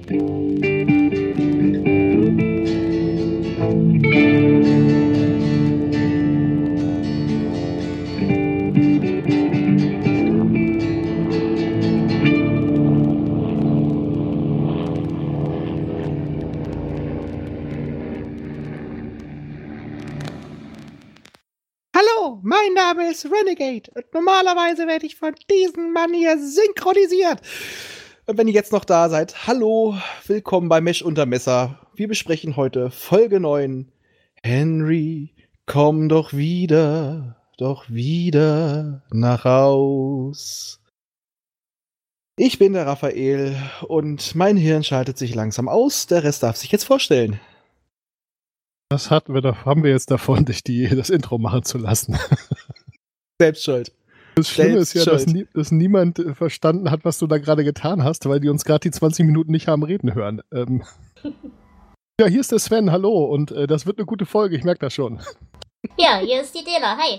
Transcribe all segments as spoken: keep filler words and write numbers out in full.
Mein Name ist Renegade und normalerweise werde ich von diesem Mann hier synchronisiert. Und wenn ihr jetzt noch da seid, hallo, willkommen bei Mesh unter Messer. Wir besprechen heute Folge neun. Henry, komm doch wieder, doch wieder nach Haus. Ich bin der Raphael und mein Hirn schaltet sich langsam aus. Der Rest darf sich jetzt vorstellen. Das hatten wir, da haben wir jetzt davon, dich die, das Intro machen zu lassen. Selbst schuld. Das Schlimme ist ja, dass, nie, dass niemand verstanden hat, was du da gerade getan hast, weil die uns gerade die zwanzig Minuten nicht haben reden hören. Ähm ja, hier ist der Sven, hallo, und äh, das wird eine gute Folge, ich merke das schon. Ja, hier ist die Dela, hi.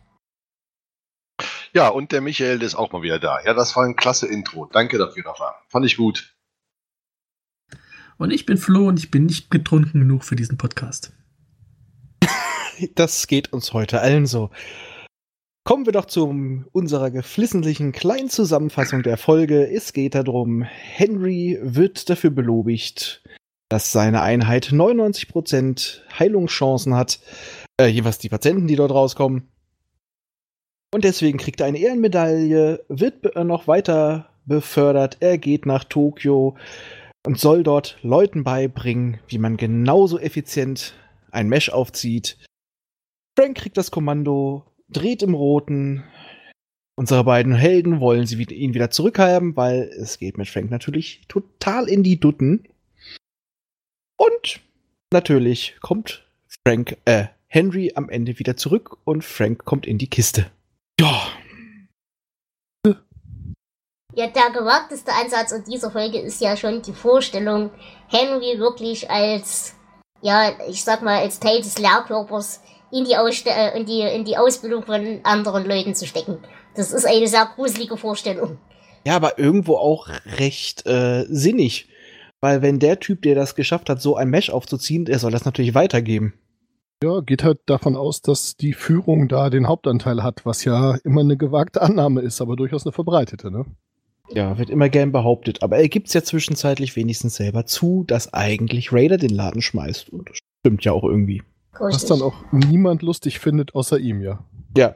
Ja, und der Michael ist auch mal wieder da. Ja, das war ein klasse Intro. Danke dafür, Rafa. Fand ich gut. Und ich bin Flo und ich bin nicht getrunken genug für diesen Podcast. Das geht uns heute allen so. Kommen wir doch zu unserer geflissentlichen kleinen Zusammenfassung der Folge. Es geht darum, Henry wird dafür belobigt, dass seine Einheit neunundneunzig Prozent Heilungschancen hat, äh, jeweils die Patienten, die dort rauskommen. Und deswegen kriegt er eine Ehrenmedaille, wird noch weiter befördert. Er geht nach Tokio und soll dort Leuten beibringen, wie man genauso effizient ein Mesh aufzieht. Frank kriegt das Kommando, dreht im Roten. Unsere beiden Helden wollen sie ihn wieder zurückhaben, weil es geht mit Frank natürlich total in die Dutten. Und natürlich kommt Frank, äh, Henry am Ende wieder zurück und Frank kommt in die Kiste. Ja. Ja, der gewagteste Ansatz in dieser Folge ist ja schon die Vorstellung, Henry wirklich als, ja, ich sag mal, als Teil des Lehrkörpers in die, Ausste- äh, in die, in die Ausbildung von anderen Leuten zu stecken. Das ist eine sehr gruselige Vorstellung. Ja, aber irgendwo auch recht äh, sinnig. Weil wenn der Typ, der das geschafft hat, so ein Mesh aufzuziehen, der soll das natürlich weitergeben. Ja, geht halt davon aus, dass die Führung da den Hauptanteil hat, was ja immer eine gewagte Annahme ist, aber durchaus eine verbreitete, ne? Ja, wird immer gern behauptet. Aber er gibt's ja zwischenzeitlich wenigstens selber zu, dass eigentlich Raider den Laden schmeißt. Und das stimmt ja auch irgendwie. Was dann auch niemand lustig findet, außer ihm, ja. Ja.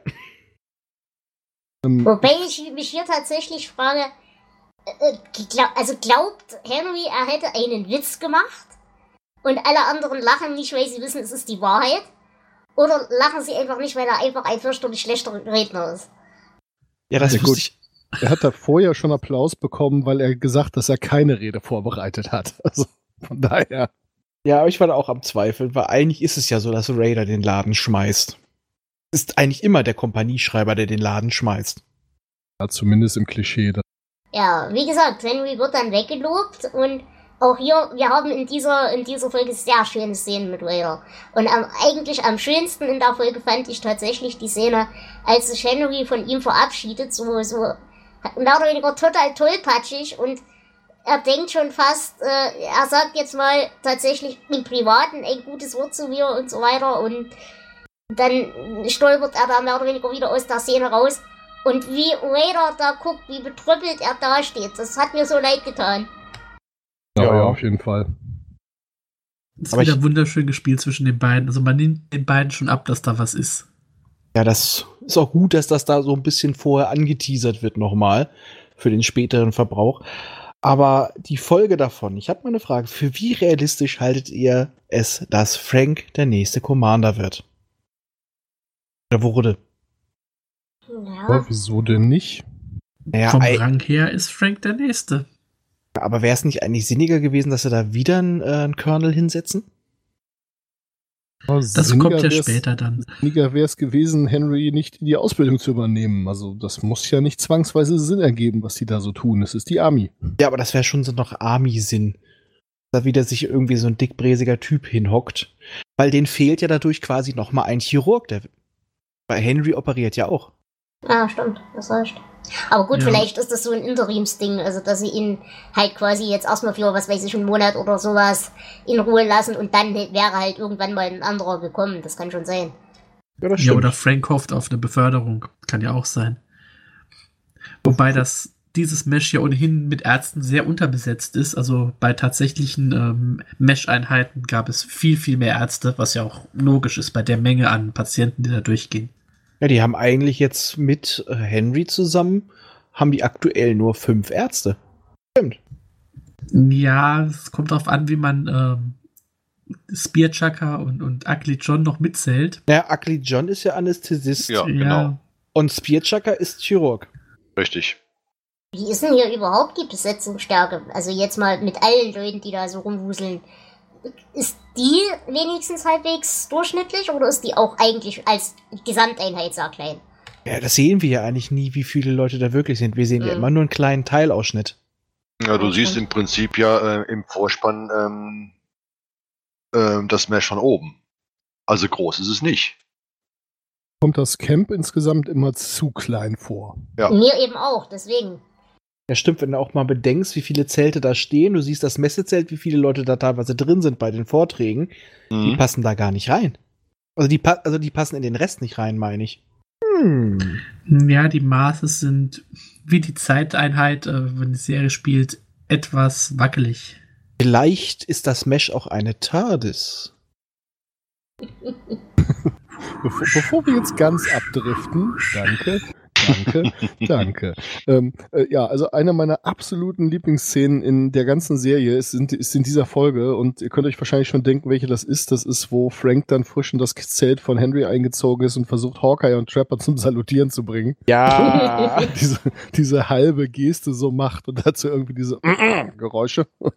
Ähm, Wobei ich mich hier tatsächlich frage, äh, glaub, also glaubt Henry, er hätte einen Witz gemacht und alle anderen lachen nicht, weil sie wissen, es ist die Wahrheit? Oder lachen sie einfach nicht, weil er einfach ein fürchterlich schlechter Redner ist? Ja, das ja, wusste gut. ich. Er hat da vorher schon Applaus bekommen, weil er gesagt, dass er keine Rede vorbereitet hat. Also von daher. Ja, aber ich war da auch am Zweifeln, weil eigentlich ist es ja so, dass Raider den Laden schmeißt. Es ist eigentlich immer der Kompanieschreiber, der den Laden schmeißt. Ja, zumindest im Klischee. Ja, wie gesagt, Henry wird dann weggelobt und auch hier, wir haben in dieser, in dieser Folge sehr schöne Szenen mit Raider. Und am, eigentlich am schönsten in der Folge fand ich tatsächlich die Szene, als sich Henry von ihm verabschiedet, so, so, mehr oder weniger total tollpatschig und er denkt schon fast, äh, er sagt jetzt mal tatsächlich im Privaten ein gutes Wort zu mir und so weiter und dann stolpert er da mehr oder weniger wieder aus der Szene raus und wie Raider da guckt, wie betrüppelt er da steht, das hat mir so leid getan. Ja, ja, auf jeden Fall. Es ist wieder wunderschön gespielt zwischen den beiden. Also man nimmt den beiden schon ab, dass da was ist. Ja, das ist auch gut, dass das da so ein bisschen vorher angeteasert wird nochmal für den späteren Verbrauch. Aber die Folge davon, ich habe mal eine Frage, für wie realistisch haltet ihr es, dass Frank der nächste Commander wird? Oder wurde? Ja. Aber wieso denn nicht? Naja, Vom ei- Rang her ist Frank der Nächste. aber wäre es nicht eigentlich sinniger gewesen, dass sie da wieder einen, äh, einen Colonel hinsetzen? Das kommt ja später dann. Sinniger wäre es gewesen, Henry nicht in die Ausbildung zu übernehmen. Also das muss ja nicht zwangsweise Sinn ergeben, was die da so tun. Es ist die Army. Ja, aber das wäre schon so noch Army-Sinn. Da wieder sich irgendwie so ein dickbräsiger Typ hinhockt. Weil denen fehlt ja dadurch quasi noch mal ein Chirurg. Der, weil Henry operiert ja auch. Ah, stimmt, das reicht. Aber gut, Ja. vielleicht ist das so ein Interimsding, also dass sie ihn halt quasi jetzt erstmal für, was weiß ich, einen Monat oder sowas in Ruhe lassen und dann wäre halt irgendwann mal ein anderer gekommen. Das kann schon sein. Ja, das Ja, stimmt. oder Frank hofft auf eine Beförderung. Kann ja auch sein. Wobei das dieses Mesh ja ohnehin mit Ärzten sehr unterbesetzt ist. Also bei tatsächlichen ähm, Mesh-Einheiten gab es viel, viel mehr Ärzte, was ja auch logisch ist bei der Menge an Patienten, die da durchgehen. Ja, die haben eigentlich jetzt mit äh, Henry zusammen, haben die aktuell nur fünf Ärzte. Stimmt. Ja, es kommt darauf an, wie man ähm, Spearchucker und, und Ugly John noch mitzählt. Ja, Ugly John ist ja Anästhesist. Ja, genau. Und Spearchucker ist Chirurg. Richtig. Wie ist denn hier überhaupt die Besetzungsstärke? Also jetzt mal mit allen Leuten, die da so rumwuseln. Ist die wenigstens halbwegs durchschnittlich oder ist die auch eigentlich als Gesamteinheit sehr klein? Ja, das sehen wir ja eigentlich nie, wie viele Leute da wirklich sind. Wir sehen ja Mhm. immer nur einen kleinen Teilausschnitt. Ja, du Ja, siehst stimmt. im Prinzip ja äh, im Vorspann ähm, ähm, das Mesh von oben. Also groß ist es nicht. Kommt das Camp insgesamt immer zu klein vor. Ja. Mir eben auch, deswegen. Ja, stimmt, wenn du auch mal bedenkst, wie viele Zelte da stehen, du siehst das Messezelt, wie viele Leute da teilweise drin sind bei den Vorträgen, die Mhm. passen da gar nicht rein. Also die, pa also die passen in den Rest nicht rein, meine ich. Hm. Ja, die Maße sind wie die Zeiteinheit, äh, wenn die Serie spielt, etwas wackelig. Vielleicht ist das Mesh auch eine TARDIS. Bevor, bevor wir jetzt ganz abdriften, danke, danke, danke. Ähm, äh, ja, also eine meiner absoluten Lieblingsszenen in der ganzen Serie ist, sind, ist in dieser Folge und ihr könnt euch wahrscheinlich schon denken, welche das ist. Das ist, wo Frank dann frisch in das Zelt von Henry eingezogen ist und versucht, Hawkeye und Trapper zum Salutieren zu bringen. Ja. Diese, diese halbe Geste so macht und dazu irgendwie diese Geräusche. Und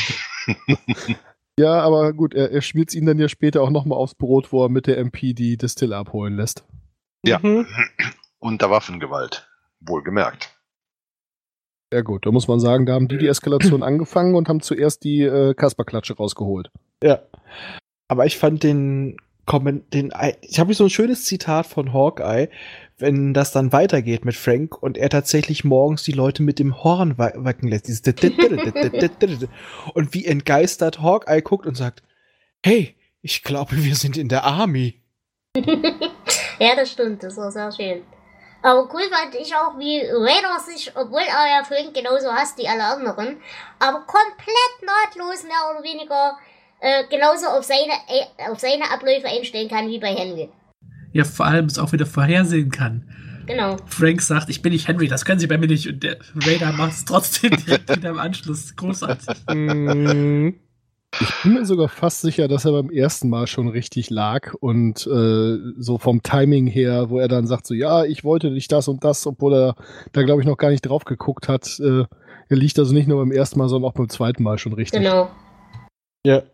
ja, aber gut, er, er schmiert ihn dann ja später auch nochmal aufs Brot, wo er mit der M P die Distille abholen lässt. Ja. Mhm. Unter Waffengewalt. Wohlgemerkt. Ja gut, da muss man sagen, da haben die die Eskalation angefangen und haben zuerst die äh, Kasperklatsche rausgeholt. Ja. Aber ich fand den Komment, den, ich habe so ein schönes Zitat von Hawkeye, wenn das dann weitergeht mit Frank und er tatsächlich morgens die Leute mit dem Horn wecken lässt. Dieses und wie entgeistert Hawkeye guckt und sagt, hey, ich glaube, wir sind in der Army. Ja, das stimmt, das war sehr schön. Aber cool fand ich auch, wie Raider sich, obwohl er ja Frank genauso hasst wie alle anderen, aber komplett nahtlos mehr oder weniger äh, genauso auf seine, äh, auf seine Abläufe einstellen kann wie bei Henry. Ja, vor allem es auch wieder vorhersehen kann. Genau. Frank sagt, ich bin nicht Henry, das können Sie bei mir nicht. Und der Raider macht es trotzdem direkt wieder im Anschluss. Großartig. Mm. Ich bin mir sogar fast sicher, dass er beim ersten Mal schon richtig lag und äh, so vom Timing her, wo er dann sagt so, ja, ich wollte nicht das und das, obwohl er da, glaube ich, noch gar nicht drauf geguckt hat. Äh, er liegt also nicht nur beim ersten Mal, sondern auch beim zweiten Mal schon richtig. Genau. Ja.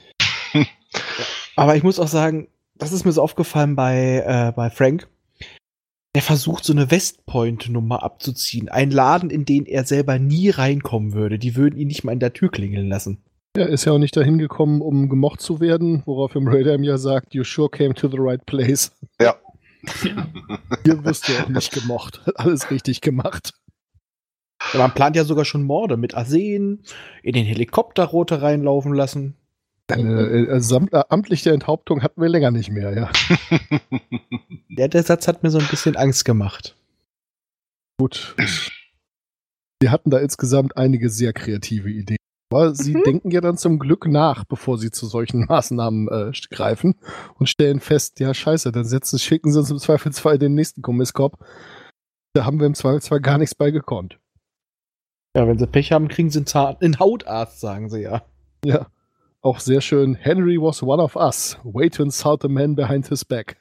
Aber ich muss auch sagen, das ist mir so aufgefallen bei, äh, bei Frank. Er versucht, so eine Westpoint-Nummer abzuziehen. Ein Laden, in den er selber nie reinkommen würde. Die würden ihn nicht mal in der Tür klingeln lassen. Er ist ja auch nicht dahin gekommen, um gemocht zu werden, worauf im Raider ihm ja sagt, you sure came to the right place. Ja. Ja. Hier wirst du auch nicht gemocht. Hat alles richtig gemacht. Ja, man plant ja sogar schon Morde mit Arsen, in den Helikopterrote reinlaufen lassen. Eine äh, samt, äh, amtliche Enthauptung hatten wir länger nicht mehr, ja. Ja, der Satz hat mir so ein bisschen Angst gemacht. Gut. Sie hatten da insgesamt einige sehr kreative Ideen. Aber sie Mhm. denken ja dann zum Glück nach, bevor sie zu solchen Maßnahmen äh, greifen und stellen fest, ja scheiße, dann setzen, schicken sie uns im Zweifelsfall den nächsten Kommisskorb. Da haben wir im Zweifelsfall gar nichts bei gekonnt. Ja, wenn sie Pech haben, kriegen sie einen, Zahn einen Hautarzt, sagen sie ja. Ja. Auch sehr schön. Henry was one of us. Way to insult the man behind his back.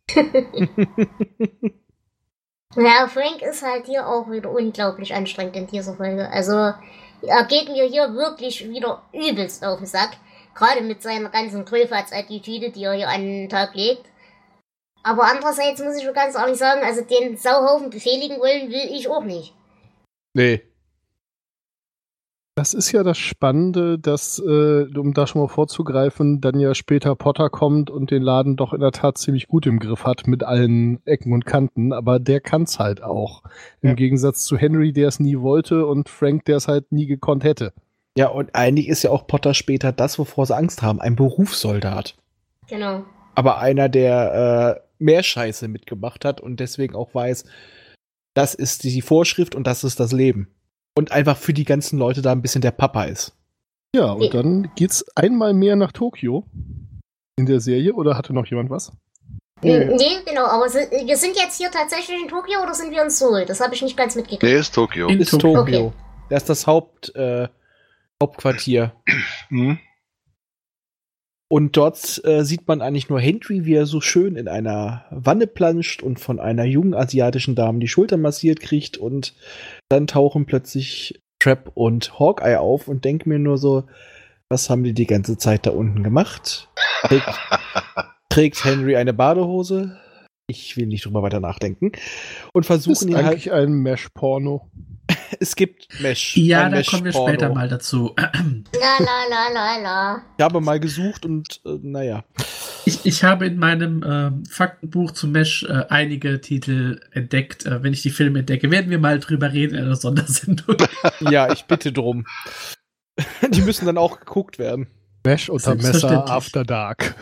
Ja, Frank ist halt hier auch wieder unglaublich anstrengend in dieser Folge. Also, er geht mir hier wirklich wieder übelst auf den Sack. Gerade mit seiner ganzen Grillfatz-Attitüde, die er hier an den Tag legt. Aber andererseits muss ich schon ganz ehrlich sagen, also den Sauhaufen befehligen wollen will ich auch nicht. Nee. Das ist ja das Spannende, dass, äh, um da schon mal vorzugreifen, dann ja später Potter kommt und den Laden doch in der Tat ziemlich gut im Griff hat mit allen Ecken und Kanten, aber der kann's halt auch. Im Ja. Gegensatz zu Henry, der es nie wollte, und Frank, der es halt nie gekonnt hätte. Ja, und eigentlich ist ja auch Potter später das, wovor sie Angst haben, ein Berufssoldat. Genau. Aber einer, der äh, mehr Scheiße mitgemacht hat und deswegen auch weiß, das ist die Vorschrift und das ist das Leben. Und einfach für die ganzen Leute da ein bisschen der Papa ist. Ja, und dann geht's einmal mehr nach Tokio in der Serie, oder hatte noch jemand was? Nee, nee genau, aber si- wir sind jetzt hier tatsächlich in Tokio oder sind wir in Seoul? Das habe ich nicht ganz mitgekriegt. Nee, ist Tokio. In Ist Tokio. Tokio. Okay. Das ist das Haupt, äh, Hauptquartier. Hm? Und dort äh, sieht man eigentlich nur Henry, wie er so schön in einer Wanne planscht und von einer jungen asiatischen Dame die Schulter massiert kriegt. Und dann tauchen plötzlich Trap und Hawkeye auf und denke mir nur so, was haben die die ganze Zeit da unten gemacht? Trägt, trägt Henry eine Badehose? Ich will nicht drüber weiter nachdenken. Und Das versuchen ist ihn halt. eigentlich ein Mesh-Porno. Es gibt Mesh. Ja, ein da kommen wir Mesh-Porno. später mal dazu. La la la la la. Ich habe mal gesucht und äh, naja. Ich, ich habe in meinem ähm, Faktenbuch zu Mesh äh, einige Titel entdeckt. Äh, wenn ich die Filme entdecke, werden wir mal drüber reden in einer Sondersendung. Ja, ich bitte drum. Die müssen dann auch geguckt werden. Mesh unter Messer Selbstverständlich. After Dark.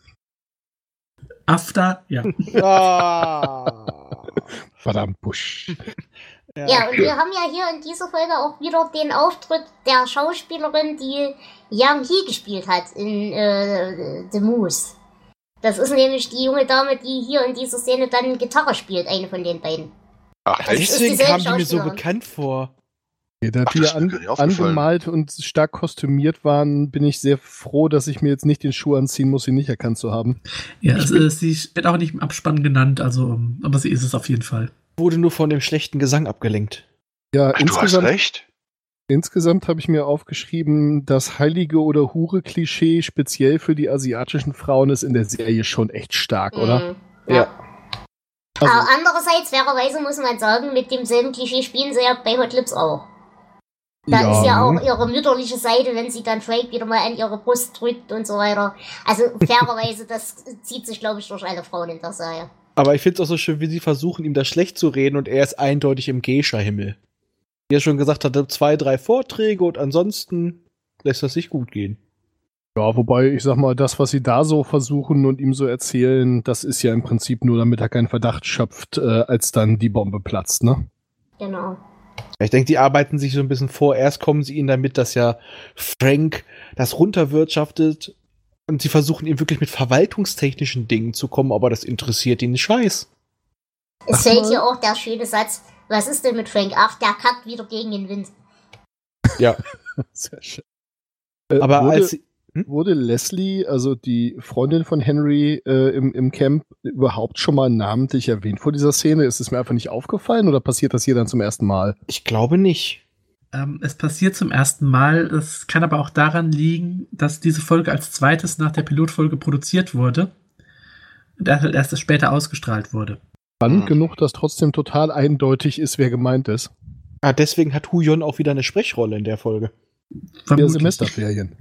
After, ja. Ah. Verdammt, Busch. Ja, und wir haben ja hier in dieser Folge auch wieder den Auftritt der Schauspielerin, die Yang Hee gespielt hat in äh, The Moose. Das ist nämlich die junge Dame, die hier in dieser Szene dann Gitarre spielt, eine von den beiden. Ach, Das ist echt? Deswegen dieselbe kam die mir so Schauspielerin. bekannt vor. Ja, da Ach, die das ist mir an, gar nicht aufgefallen. angemalt und stark kostümiert waren, bin ich sehr froh, dass ich mir jetzt nicht den Schuh anziehen muss, ihn nicht erkannt zu haben. Ja, es, äh, sie wird auch nicht im Abspann genannt, also, ähm, aber sie ist es auf jeden Fall. Wurde nur von dem schlechten Gesang abgelenkt. Ja, Ach, du hast insgesamt, recht. insgesamt habe ich mir aufgeschrieben, das Heilige- oder Hure-Klischee speziell für die asiatischen Frauen ist in der Serie schon echt stark, oder? Mhm. Ja. Also, Aber andererseits, fairerweise muss man sagen, mit demselben Klischee spielen sie ja bei Hot Lips auch. Da ja, ist ja auch hm. ihre mütterliche Seite, wenn sie dann Frank wieder mal an ihre Brust drückt und so weiter. Also fairerweise, das zieht sich, glaube ich, durch alle Frauen in der Serie. Aber ich finde es auch so schön, wie sie versuchen, ihm das schlecht zu reden und er ist eindeutig im Geisha-Himmel. Wie er schon gesagt hatte, zwei, drei Vorträge und ansonsten lässt das sich gut gehen. Ja, wobei, ich sag mal, das, was sie da so versuchen und ihm so erzählen, das ist ja im Prinzip nur, damit er keinen Verdacht schöpft, äh, als dann die Bombe platzt, ne? Genau. Ich denke, die arbeiten sich so ein bisschen vor. Erst kommen sie ihnen damit, dass ja Frank das runterwirtschaftet und sie versuchen ihm wirklich mit verwaltungstechnischen Dingen zu kommen, aber das interessiert ihn nicht scheiß. Es Ach fällt mal. hier auch der schöne Satz, was ist denn mit Frank? Ach, der kackt wieder gegen den Wind. Ja, Sehr schön. Äh, aber wurde, als sie, wurde Leslie, also die Freundin von Henry äh, im, im Camp, überhaupt schon mal namentlich erwähnt vor dieser Szene? Ist es mir einfach nicht aufgefallen oder passiert das hier dann zum ersten Mal? ich glaube nicht. Ähm, es passiert zum ersten Mal. Es kann aber auch daran liegen, dass diese Folge als zweites nach der Pilotfolge produziert wurde und erst erst später ausgestrahlt wurde. Spannend Hm. genug, dass trotzdem total eindeutig ist, wer gemeint ist. Ah, deswegen hat Huyon auch wieder eine Sprechrolle in der Folge. Ja, Vermutlich. Semesterferien.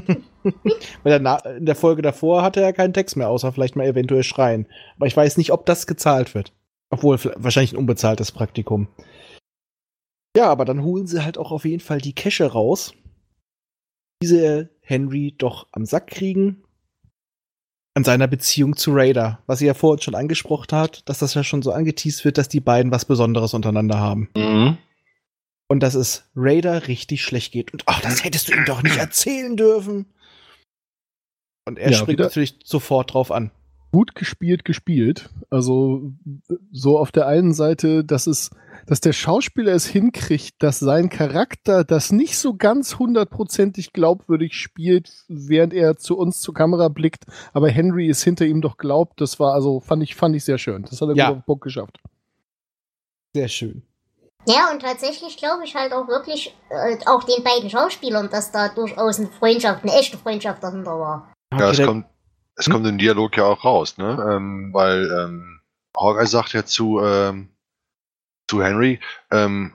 Weil er na- in der Folge davor hatte er keinen Text mehr, außer vielleicht mal eventuell schreien. Aber ich weiß nicht, ob das gezahlt wird. Obwohl, vielleicht- wahrscheinlich ein unbezahltes Praktikum. Ja, aber dann holen sie halt auch auf jeden Fall die Cache raus, die sie Henry doch am Sack kriegen. An seiner Beziehung zu Raider. Was sie ja vorhin schon angesprochen hat, dass das ja schon so angeteased wird, dass die beiden was Besonderes untereinander haben. Mhm. Und dass es Raider richtig schlecht geht. Und ach, das hättest du ihm doch nicht erzählen dürfen. Und er Ja, springt wieder- natürlich sofort drauf an. Gut gespielt, gespielt. Also so auf der einen Seite, dass es, dass der Schauspieler es hinkriegt, dass sein Charakter das nicht so ganz hundertprozentig glaubwürdig spielt, während er zu uns zur Kamera blickt, aber Henry es hinter ihm doch glaubt. Das war also, fand ich, fand ich sehr schön. Das hat er Ja. gut auf den Punkt geschafft. Sehr schön. Ja, und tatsächlich glaube ich halt auch wirklich, äh, auch den beiden Schauspielern, dass da durchaus eine Freundschaft, eine echte Freundschaft dahinter war. Ja, Okay, es dann- kommt, es Hm? kommt im Dialog ja auch raus, ne? Ähm, weil ähm, Hawkeye sagt ja zu, ähm, zu Henry, ähm,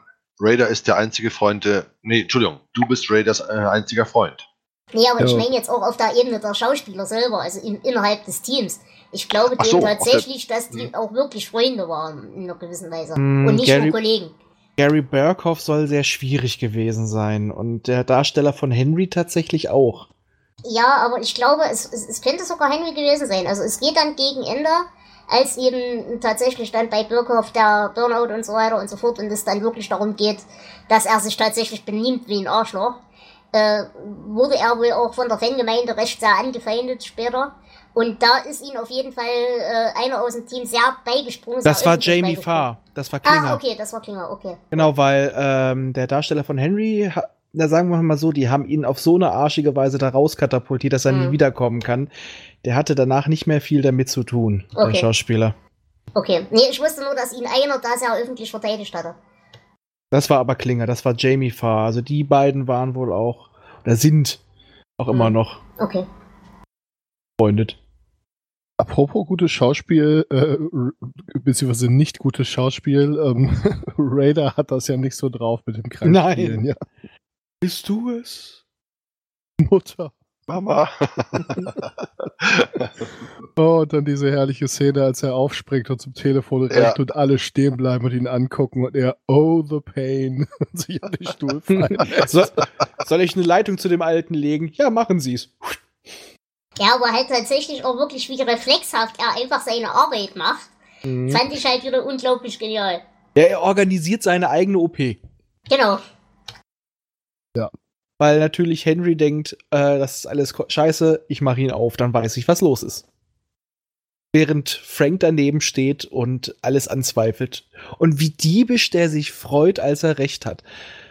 Raider ist der einzige Freund, der, nee, Entschuldigung, du bist Raiders äh, einziger Freund. Nee, aber Ja. ich meine jetzt auch auf der Ebene der Schauspieler selber, also in, innerhalb des Teams. Ich glaube Ach so, denen auf tatsächlich, dass Hm. die auch wirklich Freunde waren, in einer gewissen Weise. Hm, Und nicht Gary- nur Kollegen. Gary Burkhoff soll sehr schwierig gewesen sein und der Darsteller von Henry tatsächlich auch. Ja, aber ich glaube, es, es, es könnte sogar Henry gewesen sein. Also es geht dann gegen Ende, als eben tatsächlich dann bei Birkhoff der Burnout und so weiter und so fort und es dann wirklich darum geht, dass er sich tatsächlich benimmt wie ein Arschloch, äh, wurde er wohl auch von der Fangemeinde recht sehr angefeindet später. Und da ist ihm auf jeden Fall äh, einer aus dem Team sehr beigesprungen. Das sehr war öffentlich Jamie beigesprungen. Farr, das war Klinger. Ah, okay, das war Klinger, okay. Genau, weil ähm, der Darsteller von Henry, ha- na sagen wir mal so, die haben ihn auf so eine arschige Weise da rauskatapultiert, dass er nie Mhm. wiederkommen kann. Der hatte danach nicht mehr viel damit zu tun, der Okay. Schauspieler. Okay, nee, ich wusste nur, dass ihn einer da sehr öffentlich verteidigt hatte. Das war aber Klinger, das war Jamie Farr. Also die beiden waren wohl auch, oder sind auch immer Mhm. noch Okay. befreundet. Apropos gutes Schauspiel, äh, r- beziehungsweise nicht gutes Schauspiel, ähm, Raider hat das ja nicht so drauf mit dem Krankspielen. Nein. Ja. Bist du es? Mutter. Mama. Oh, und dann diese herrliche Szene, als er aufspringt und zum Telefon Ja. rennt und alle stehen bleiben und ihn angucken und er, oh, the pain, und sich an den Stuhl fallen lässt. So, soll ich eine Leitung zu dem Alten legen? Ja, machen Sie's. Ja, aber halt tatsächlich auch wirklich, wie reflexhaft er einfach seine Arbeit macht, Mhm. fand ich halt wieder unglaublich genial. Ja, er organisiert seine eigene O P. Genau. Weil natürlich Henry denkt, äh, das ist alles ko- scheiße, ich mache ihn auf, dann weiß ich, was los ist. Während Frank daneben steht und alles anzweifelt. Und wie diebisch der sich freut, als er recht hat.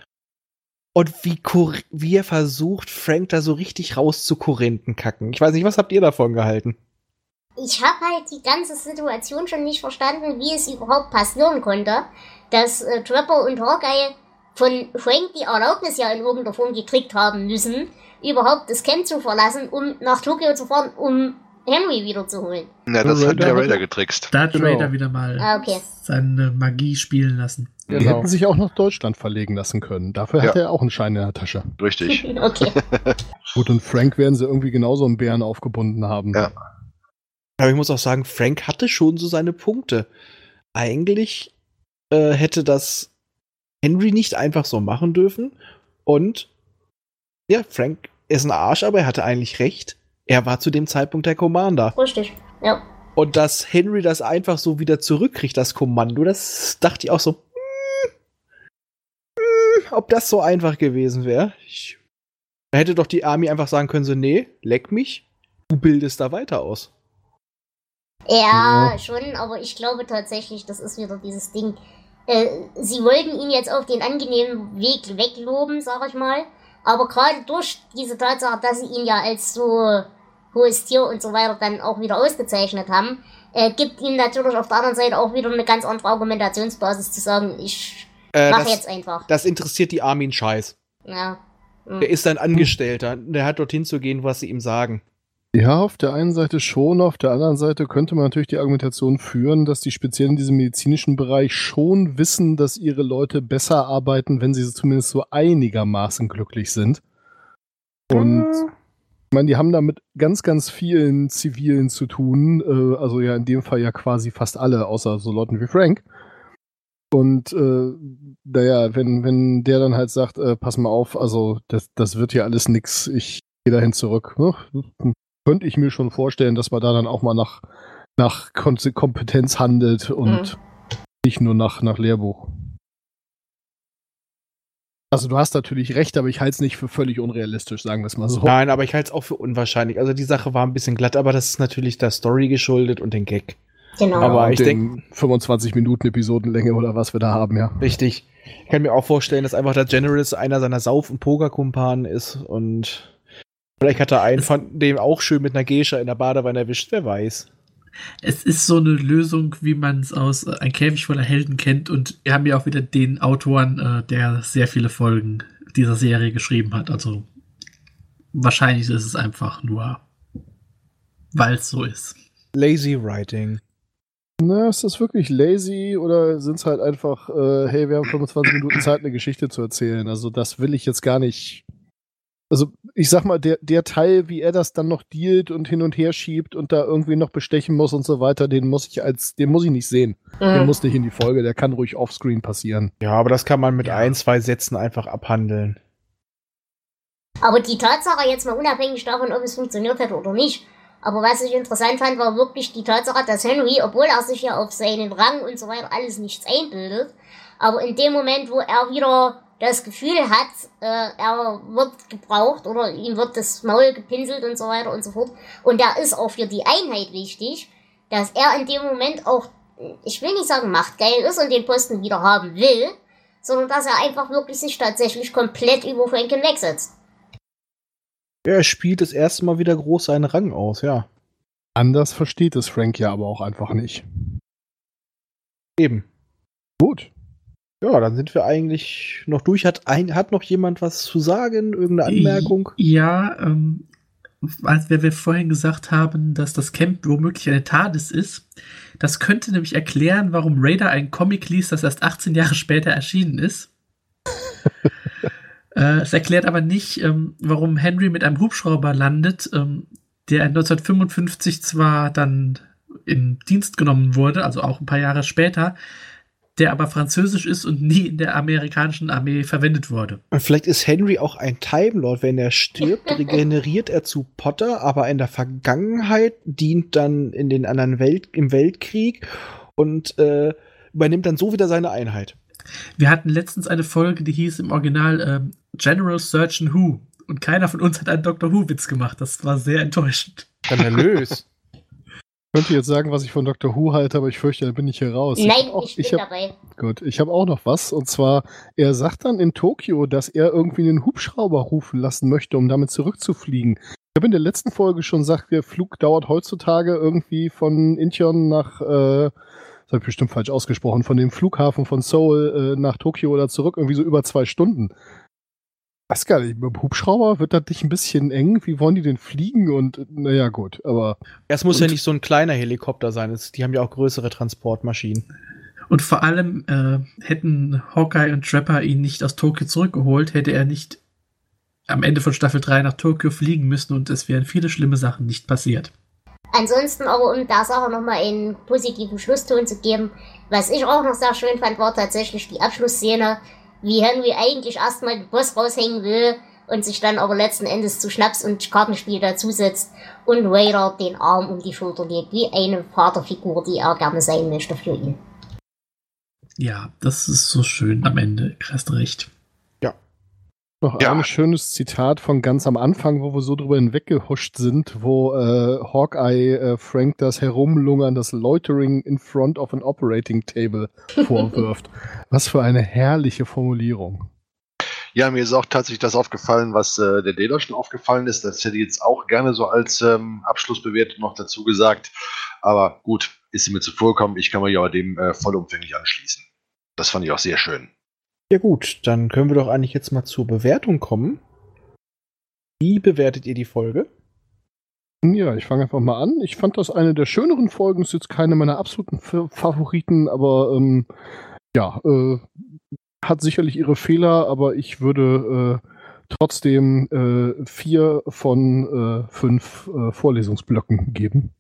Und wie, kur- wie er versucht, Frank da so richtig rauszukorrenten kacken. Ich weiß nicht, was habt ihr davon gehalten? Ich habe halt die ganze Situation schon nicht verstanden, wie es überhaupt passieren konnte, dass äh, Trapper und Hawkeye von Frank die Erlaubnis ja in irgendeiner Form gekriegt haben müssen, überhaupt das Camp zu verlassen, um nach Tokio zu fahren, um Henry wiederzuholen. Ja, das Der hat der Raider Raider hatte- getrickst. Da hat Genau. Raider wieder mal Ah, okay. seine Magie spielen lassen. Die Genau. hätten sich auch nach Deutschland verlegen lassen können. Dafür Ja. hat er auch einen Schein in der Tasche. Richtig. Okay. Gut, und Frank werden sie irgendwie genauso einen Bären aufgebunden haben. Ja. Aber ich muss auch sagen, Frank hatte schon so seine Punkte. Eigentlich äh, hätte das Henry nicht einfach so machen dürfen. Und ja, Frank ist ein Arsch, aber er hatte eigentlich recht. Er war zu dem Zeitpunkt der Commander. Richtig. Ja. Und dass Henry das einfach so wieder zurückkriegt, das Kommando, das dachte ich auch so, hm, hm, ob das so einfach gewesen wäre. Ich, da hätte doch die Army einfach sagen können, so, nee, leck mich, du bildest da weiter aus. Ja, Ja. schon, aber ich glaube tatsächlich, das ist wieder dieses Ding. Äh, sie wollten ihn jetzt auf den angenehmen Weg wegloben, sag ich mal. Aber gerade durch diese Tatsache, dass sie ihn ja als so hohes Tier und so weiter dann auch wieder ausgezeichnet haben, äh, gibt ihm natürlich auf der anderen Seite auch wieder eine ganz andere Argumentationsbasis zu sagen, ich Äh, mache das, jetzt einfach. das interessiert die Army einen Scheiß. Ja. Hm. Der ist ein Angestellter, der hat dorthin zu gehen, was sie ihm sagen. Ja, auf der einen Seite schon, auf der anderen Seite könnte man natürlich die Argumentation führen, dass die speziell in diesem medizinischen Bereich schon wissen, dass ihre Leute besser arbeiten, wenn sie zumindest so einigermaßen glücklich sind. Und ich meine, die haben da mit ganz, ganz vielen Zivilen zu tun, äh, also ja in dem Fall ja quasi fast alle, außer so Leuten wie Frank. Und äh, naja, wenn, wenn der dann halt sagt, äh, pass mal auf, also das, das wird ja alles nix, ich gehe dahin zurück, ne? Könnte ich mir schon vorstellen, dass man da dann auch mal nach, nach Kon- Kompetenz handelt und nicht nur nach, nach Lehrbuch. Also du hast natürlich recht, aber ich halte es nicht für völlig unrealistisch, sagen wir es mal so. Nein, aber ich halte es auch für unwahrscheinlich. Also die Sache war ein bisschen glatt, aber das ist natürlich der Story geschuldet und den Gag. Genau. aber Und ich den fünfundzwanzig Minuten Episodenlänge oder was wir da haben, ja. Richtig. Ich kann mir auch vorstellen, dass einfach der General einer seiner Sauf- und Pokerkumpanen ist und vielleicht hat er einen von dem auch schön mit einer Geisha in der Badewanne erwischt, wer weiß. Es ist so eine Lösung, wie man es aus äh, Ein Käfig voller Helden kennt. Und wir haben ja auch wieder den Autoren, äh, der sehr viele Folgen dieser Serie geschrieben hat. Also wahrscheinlich ist es einfach nur, weil es so ist. Lazy Writing. Na, ist das wirklich lazy oder sind es halt einfach, äh, hey, wir haben fünfundzwanzig Minuten Zeit, eine Geschichte zu erzählen? Also das will ich jetzt gar nicht. Also ich sag mal, der, der Teil, wie er das dann noch dealt und hin und her schiebt und da irgendwie noch bestechen muss und so weiter, den muss ich als, den muss ich nicht sehen. Mhm. Der muss nicht in die Folge, der kann ruhig offscreen passieren. Ja, aber das kann man mit Ja. ein, zwei Sätzen einfach abhandeln. Aber die Tatsache, jetzt mal unabhängig davon, ob es funktioniert hat oder nicht, aber was ich interessant fand, war wirklich die Tatsache, dass Henry, obwohl er sich ja auf seinen Rang und so weiter alles nichts einbildet, aber in dem Moment, wo er wieder das Gefühl hat, äh, er wird gebraucht oder ihm wird das Maul gepinselt und so weiter und so fort, und er ist auch für die Einheit wichtig, dass er in dem Moment auch, ich will nicht sagen machtgeil ist und den Posten wieder haben will, sondern dass er einfach wirklich sich tatsächlich komplett über Frank hinwegsetzt. Ja, er spielt das erste Mal wieder groß seinen Rang aus, ja. Anders versteht es Frank ja aber auch einfach nicht. Eben. Gut. Ja, dann sind wir eigentlich noch durch. Hat, ein, hat noch jemand was zu sagen? Irgendeine Anmerkung? Ja, ähm, als wir, wir vorhin gesagt haben, dass das Camp womöglich eine TARDIS ist, das könnte nämlich erklären, warum Raider ein Comic liest, das erst achtzehn Jahre später erschienen ist. äh, es erklärt aber nicht, ähm, warum Henry mit einem Hubschrauber landet, ähm, der neunzehnhundertfünfundfünfzig zwar dann in Dienst genommen wurde, also auch ein paar Jahre später, der aber französisch ist und nie in der amerikanischen Armee verwendet wurde. Und vielleicht ist Henry auch ein Time Lord. Wenn er stirbt, regeneriert er zu Potter, aber in der Vergangenheit dient dann in den anderen Welt, im Weltkrieg und äh, übernimmt dann so wieder seine Einheit. Wir hatten letztens eine Folge, die hieß im Original ähm, General Surgeon Who. Und keiner von uns hat einen Doctor Who-Witz gemacht. Das war sehr enttäuschend. Skandalös. Ich könnte jetzt sagen, was ich von Doctor Who halte, aber ich fürchte, da bin ich hier raus. Nein, ich, ich, auch, ich bin ich hab, dabei. Gut, ich habe auch noch was. Und zwar, er sagt dann in Tokio, dass er irgendwie einen Hubschrauber rufen lassen möchte, um damit zurückzufliegen. Ich habe in der letzten Folge schon gesagt, der Flug dauert heutzutage irgendwie von Incheon nach, äh, das habe ich bestimmt falsch ausgesprochen, von dem Flughafen von Seoul äh, nach Tokio oder zurück, irgendwie so über zwei Stunden. Was gar nicht, mit dem Hubschrauber wird das nicht ein bisschen eng? Wie wollen die denn fliegen? Und naja, gut, aber. Es muss Und- ja nicht so ein kleiner Helikopter sein. Es, die haben ja auch größere Transportmaschinen. Und vor allem äh, hätten Hawkeye und Trapper ihn nicht aus Tokio zurückgeholt, hätte er nicht am Ende von Staffel drei nach Tokio fliegen müssen und es wären viele schlimme Sachen nicht passiert. Ansonsten aber, um der Sache nochmal einen positiven Schlusston zu geben, was ich auch noch sehr schön fand, war tatsächlich die Abschlussszene, wie Henry eigentlich erstmal den Boss raushängen will und sich dann aber letzten Endes zu Schnaps und Kartenspiel dazusetzt und Raider den Arm um die Schulter legt, wie eine Vaterfigur, die er gerne sein möchte für ihn. Ja, das ist so schön am Ende. Hast recht. Noch Ja. ein schönes Zitat von ganz am Anfang, wo wir so drüber hinweggehuscht sind, wo äh, Hawkeye äh, Frank das Herumlungern, das Loitering in front of an operating table vorwirft. Was für eine herrliche Formulierung. Ja, mir ist auch tatsächlich das aufgefallen, was äh, der Dela schon aufgefallen ist. Das hätte ich jetzt auch gerne so als ähm, Abschlussbewertung noch dazu gesagt. Aber gut, ist mir zuvor gekommen. Ich kann mich ja dem äh, vollumfänglich anschließen. Das fand ich auch sehr schön. Ja gut, dann können wir doch eigentlich jetzt mal zur Bewertung kommen. Wie bewertet ihr die Folge? Ja, ich fange einfach mal an. Ich fand das eine der schöneren Folgen. Ist jetzt keine meiner absoluten F- Favoriten, aber ähm, ja, äh, hat sicherlich ihre Fehler, aber ich würde äh, trotzdem äh, vier von äh, fünf äh, Vorlesungsblöcken geben.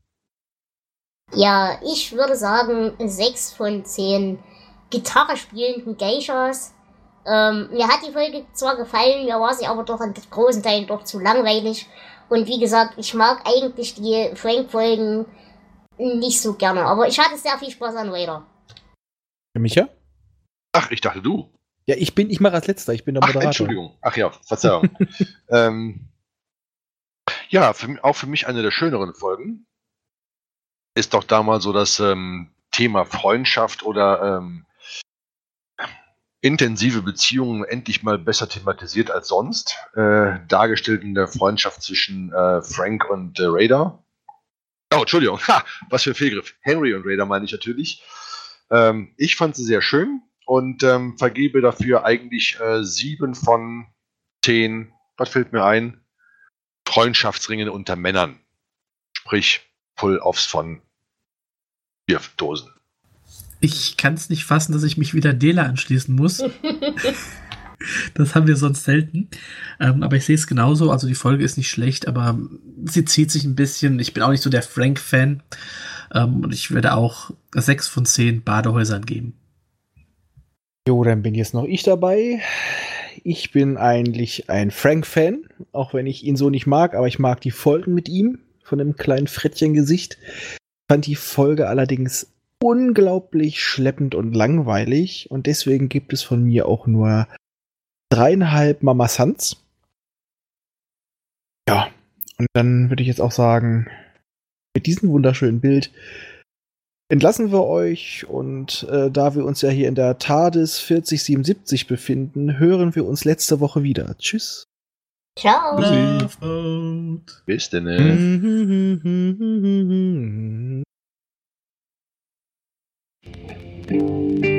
Ja, ich würde sagen, sechs von zehn Gitarre spielenden Geishas. Ähm, mir hat die Folge zwar gefallen, mir war sie aber doch in großen Teilen doch zu langweilig. Und wie gesagt, ich mag eigentlich die Frank-Folgen nicht so gerne. Aber ich hatte sehr viel Spaß an Raider. Micha? Ach, ich dachte du. Ja, ich bin, ich mache als letzter, ich bin der Ach, Moderator. Entschuldigung. Ach ja, Verzeihung. ähm, ja, für, auch für mich eine der schöneren Folgen. Ist doch da mal so das ähm, Thema Freundschaft oder ähm, intensive Beziehungen endlich mal besser thematisiert als sonst. Äh, dargestellt in der Freundschaft zwischen äh, Frank und äh, Raider. Oh, Entschuldigung. Ha, was für ein Fehlgriff. Henry und Raider meine ich natürlich. Ähm, ich fand sie sehr schön und ähm, vergebe dafür eigentlich äh, sieben von zehn, was fällt mir ein? Freundschaftsringen unter Männern. Sprich, Pull-Offs von Bierdosen. Ich kann es nicht fassen, dass ich mich wieder Dela anschließen muss. Das haben wir sonst selten. Ähm, aber ich sehe es genauso. Also die Folge ist nicht schlecht, aber sie zieht sich ein bisschen. Ich bin auch nicht so der Frank-Fan. Ähm, und ich würde auch sechs von zehn Badehäusern geben. Jo, dann bin jetzt noch ich dabei. Ich bin eigentlich ein Frank-Fan, auch wenn ich ihn so nicht mag, aber ich mag die Folgen mit ihm, von dem kleinen Frettchengesicht. Ich fand die Folge allerdings unglaublich schleppend und langweilig und deswegen gibt es von mir auch nur dreieinhalb Mama Sans. Ja, und dann würde ich jetzt auch sagen, mit diesem wunderschönen Bild entlassen wir euch und äh, da wir uns ja hier in der TARDIS vierzig siebenundsiebzig befinden, hören wir uns letzte Woche wieder. Tschüss. Ciao. Bis denn.